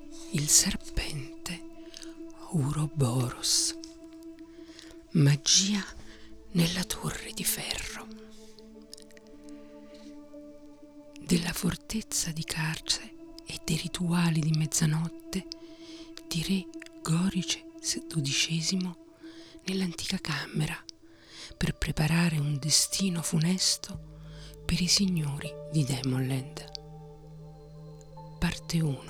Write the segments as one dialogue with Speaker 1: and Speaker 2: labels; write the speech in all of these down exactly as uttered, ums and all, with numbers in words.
Speaker 1: Il serpente Ouroboros. Magia nella torre di ferro. Della fortezza di Carce e dei rituali di mezzanotte di re Gorice dodicesimo nell'antica camera per preparare un destino funesto per i signori di Demonland. Parte uno.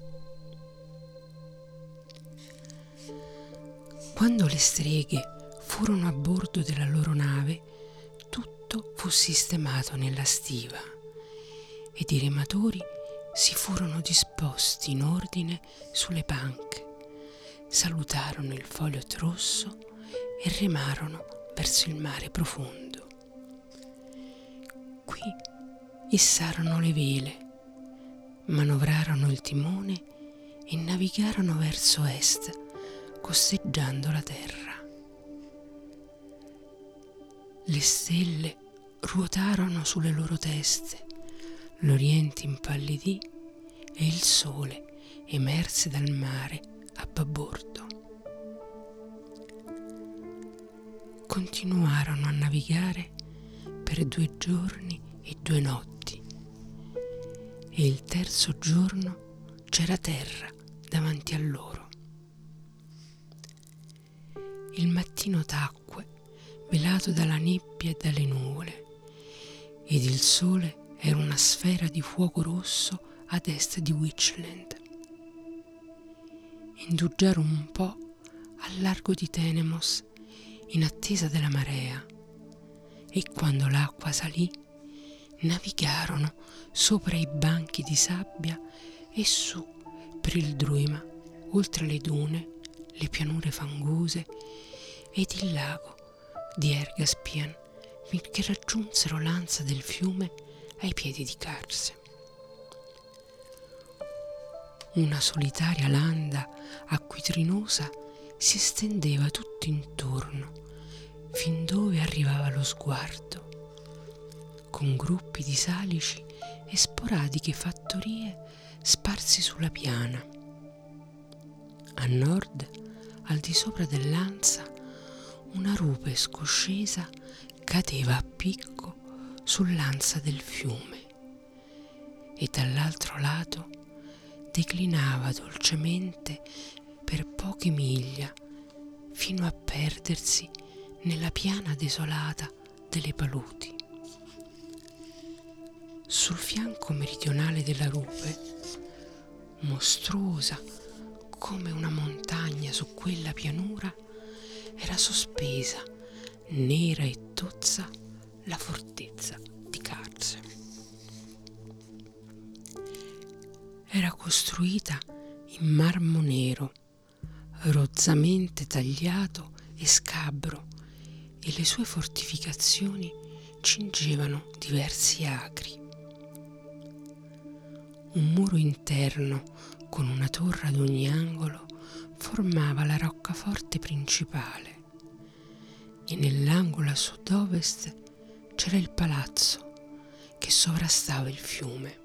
Speaker 1: Quando le streghe furono a bordo della loro nave, tutto fu sistemato nella stiva ed i rematori si furono disposti in ordine sulle panche, salutarono il Foliot rosso e remarono verso il mare profondo. Qui issarono le vele, manovrarono il timone e navigarono verso est, costeggiando la terra. Le stelle ruotarono sulle loro teste, l'oriente impallidì e il sole emerse dal mare a babordo. Continuarono a navigare per due giorni e due notti e il terzo giorno c'era terra davanti a loro. Il mattino tacque, velato dalla nebbia e dalle nuvole, ed il sole era una sfera di fuoco rosso ad est di Witchland. Indugiarono un po' al largo di Tenemos in attesa della marea, e quando l'acqua salì, navigarono sopra i banchi di sabbia e su per il Druima, oltre le dune, le pianure fangose ed il lago di Ergaspian, finché raggiunsero l'ansa del fiume ai piedi di Carse. Una solitaria landa acquitrinosa si estendeva tutto intorno, fin dove arrivava lo sguardo, con gruppi di salici e sporadiche fattorie sparsi sulla piana. A nord, al di sopra dell'ansa, una rupe scoscesa cadeva a picco sull'ansa del fiume e dall'altro lato declinava dolcemente per poche miglia fino a perdersi nella piana desolata delle paludi. Sul fianco meridionale della rupe, mostruosa come una montagna su quella pianura, era sospesa, nera e tozza, la fortezza di Carse. Era costruita in marmo nero, rozzamente tagliato e scabro, e le sue fortificazioni cingevano diversi acri. Un muro interno con una torre ad ogni angolo formava la roccaforte principale, e nell'angolo a sud-ovest c'era il palazzo che sovrastava il fiume.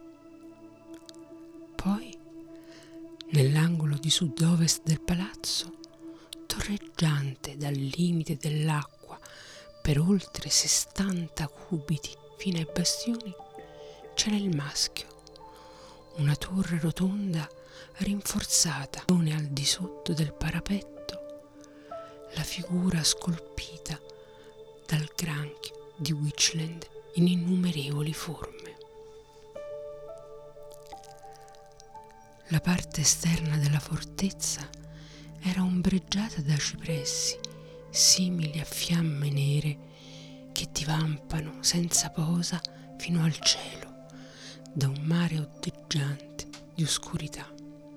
Speaker 1: Poi, nell'angolo di sud-ovest del palazzo, torreggiante dal limite dell'acqua per oltre sessanta cubiti fino ai bastioni, c'era il maschio, una torre rotonda rinforzata al di sotto del parapetto, la figura scolpita dal granchio di Witchland in innumerevoli forme. La parte esterna della fortezza era ombreggiata da cipressi simili a fiamme nere che divampano senza posa fino al cielo da un mare ondeggiante di oscurità.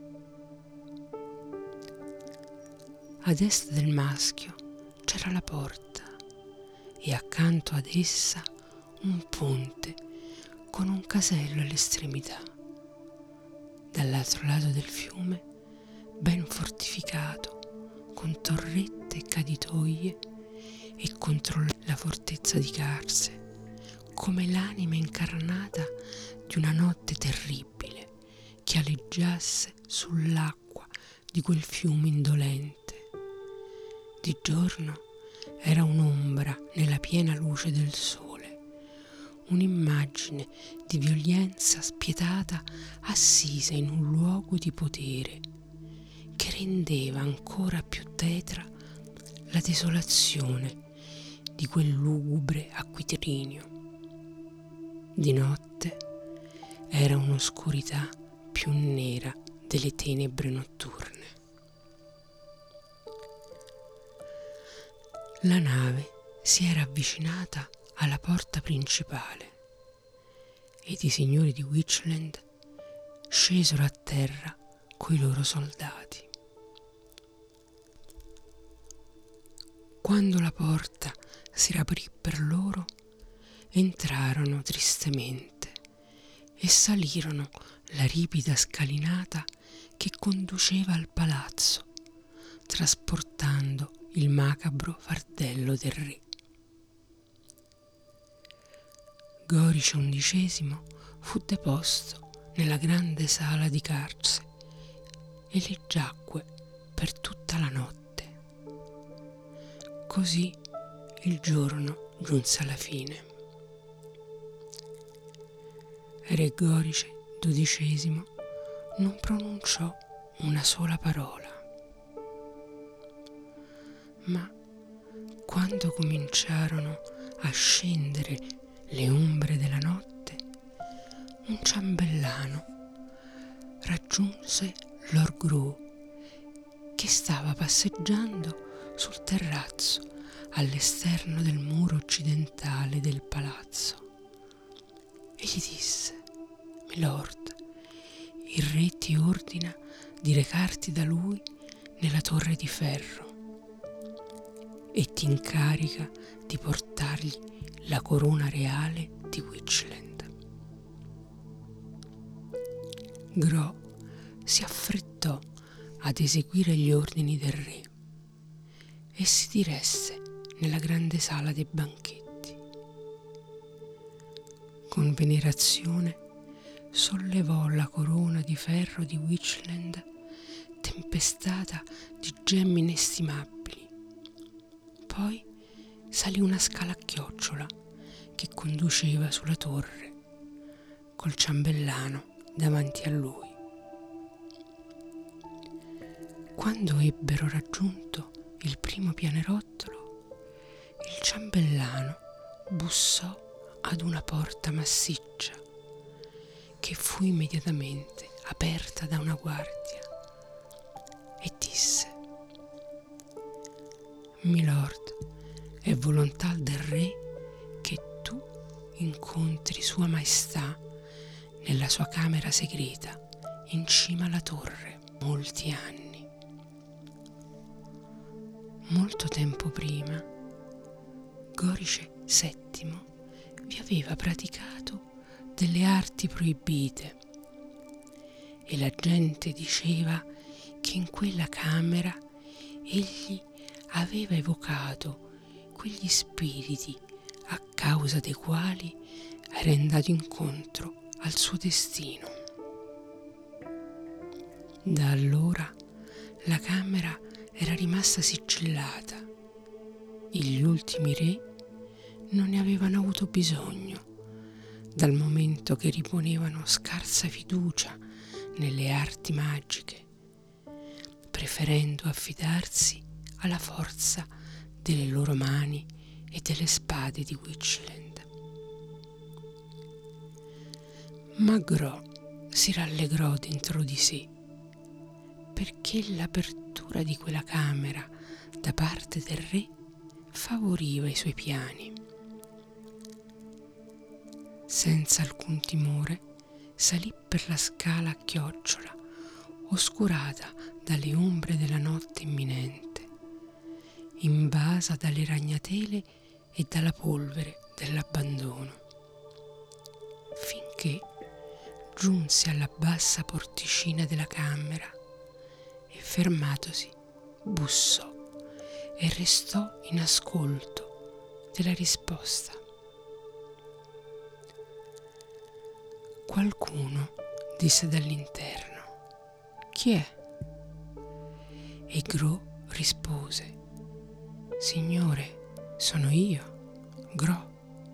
Speaker 1: Ad est del maschio c'era la porta e accanto ad essa un ponte con un casello all'estremità. Dall'altro lato del fiume, ben fortificato, con torrette e caditoie, e contro la fortezza di Carse, come l'anima incarnata di una notte terribile che aleggiasse sull'acqua di quel fiume indolente. Di giorno era un'ombra nella piena luce del sole, un'immagine di violenza spietata assisa in un luogo di potere che rendeva ancora più tetra la desolazione di quel lugubre acquitrinio. Di notte era un'oscurità più nera delle tenebre notturne. La nave si era avvicinata alla porta principale ed i signori di Witchland scesero a terra coi loro soldati. Quando la porta si riaprì per loro, entrarono tristemente e salirono la ripida scalinata che conduceva al palazzo, trasportando il macabro fardello del re. Gorice undicesimo fu deposto nella grande sala di carcere e le giacque per tutta la notte. Così il giorno giunse alla fine. Re Gorice dodicesimo non pronunciò una sola parola. Ma quando cominciarono a scendere le ombre della notte, un ciambellano raggiunse Lord Gru, che stava passeggiando sul terrazzo all'esterno del muro occidentale del palazzo, e gli disse: «Milord, il re ti ordina di recarti da lui nella torre di ferro e ti incarica di portargli la corona reale di Witchland». Gro si affrettò ad eseguire gli ordini del re e si diresse nella grande sala dei banchetti. Con venerazione sollevò la corona di ferro di Witchland, tempestata di gemme inestimabili. Poi salì una scala a chiocciola che conduceva sulla torre, col ciambellano davanti a lui. Quando ebbero raggiunto il primo pianerottolo, il ciambellano bussò ad una porta massiccia che fu immediatamente aperta da una guardia e disse: «Milord, è volontà del re che tu incontri Sua Maestà nella sua camera segreta in cima alla torre molti anni. Molto tempo prima, Gorice settimo vi aveva praticato delle arti proibite e la gente diceva che in quella camera egli aveva evocato quegli spiriti a causa dei quali era andato incontro al suo destino. Da allora la camera era rimasta sigillata e gli ultimi re non ne avevano avuto bisogno, dal momento che riponevano scarsa fiducia nelle arti magiche, preferendo affidarsi alla forza delle loro mani e delle spade di Witchland. Ma Gro si rallegrò dentro di sé, perché l'apertura di quella camera da parte del re favoriva i suoi piani. Senza alcun timore salì per la scala a chiocciola, oscurata dalle ombre della notte imminente, invasa dalle ragnatele e dalla polvere dell'abbandono, finché giunse alla bassa porticina della camera e, fermatosi, bussò e restò in ascolto della risposta. Qualcuno disse dall'interno: chi è? E Gro rispose: Signore, sono io, Gro.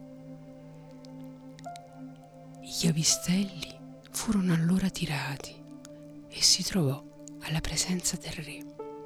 Speaker 1: I chiavistelli furono allora tirati e si trovò alla presenza del re.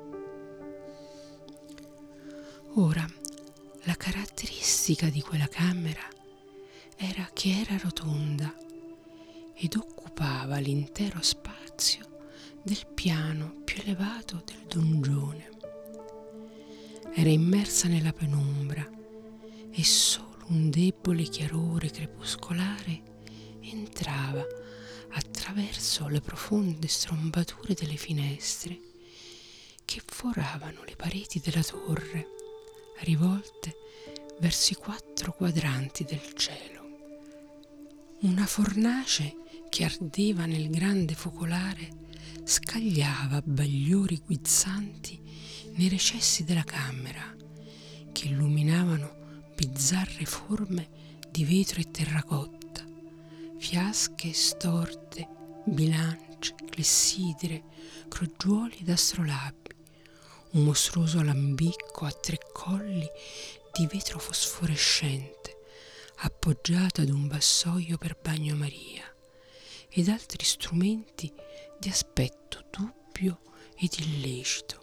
Speaker 1: Ora, la caratteristica di quella camera era che era rotonda ed occupava l'intero spazio del piano più elevato del dongione. Era immersa nella penombra e solo un debole chiarore crepuscolare entrava attraverso le profonde strombature delle finestre che foravano le pareti della torre, rivolte verso i quattro quadranti del cielo. Una fornace che ardeva nel grande focolare scagliava bagliori guizzanti nei recessi della camera, che illuminavano bizzarre forme di vetro e terracotta, fiasche storte, bilance, clessidre, crogiuoli ed astrolabi, un mostruoso alambicco a tre colli di vetro fosforescente appoggiato ad un vassoio per bagnomaria ed altri strumenti di aspetto dubbio ed illecito.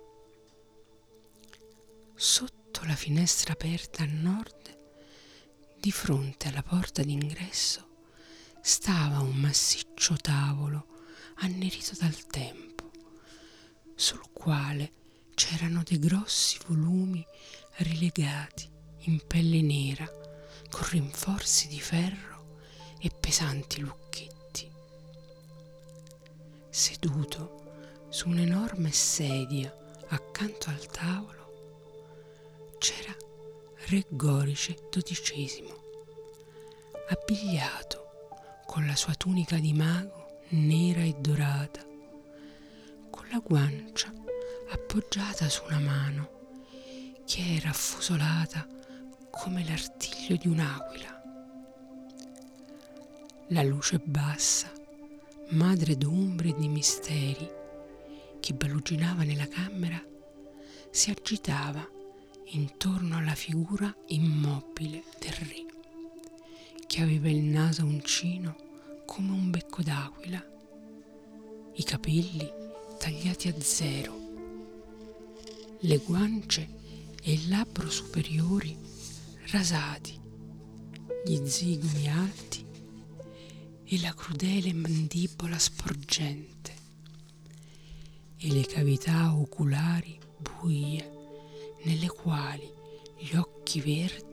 Speaker 1: Sotto la finestra aperta a nord, di fronte alla porta d'ingresso, stava un massiccio tavolo annerito dal tempo, sul quale c'erano dei grossi volumi rilegati in pelle nera con rinforzi di ferro e pesanti lucchetti. Seduto su un'enorme sedia accanto al tavolo c'era Re Gorice dodicesimo, abbigliato con la sua tunica di mago nera e dorata, con la guancia appoggiata su una mano che era affusolata come l'artiglio di un'aquila. La luce bassa, madre d'ombre e di misteri, che baluginava nella camera, si agitava intorno alla figura immobile del re, che aveva il naso uncino come un becco d'aquila, i capelli tagliati a zero, le guance e il labbro superiori rasati, gli zigomi alti e la crudele mandibola sporgente e le cavità oculari buie nelle quali gli occhi verdi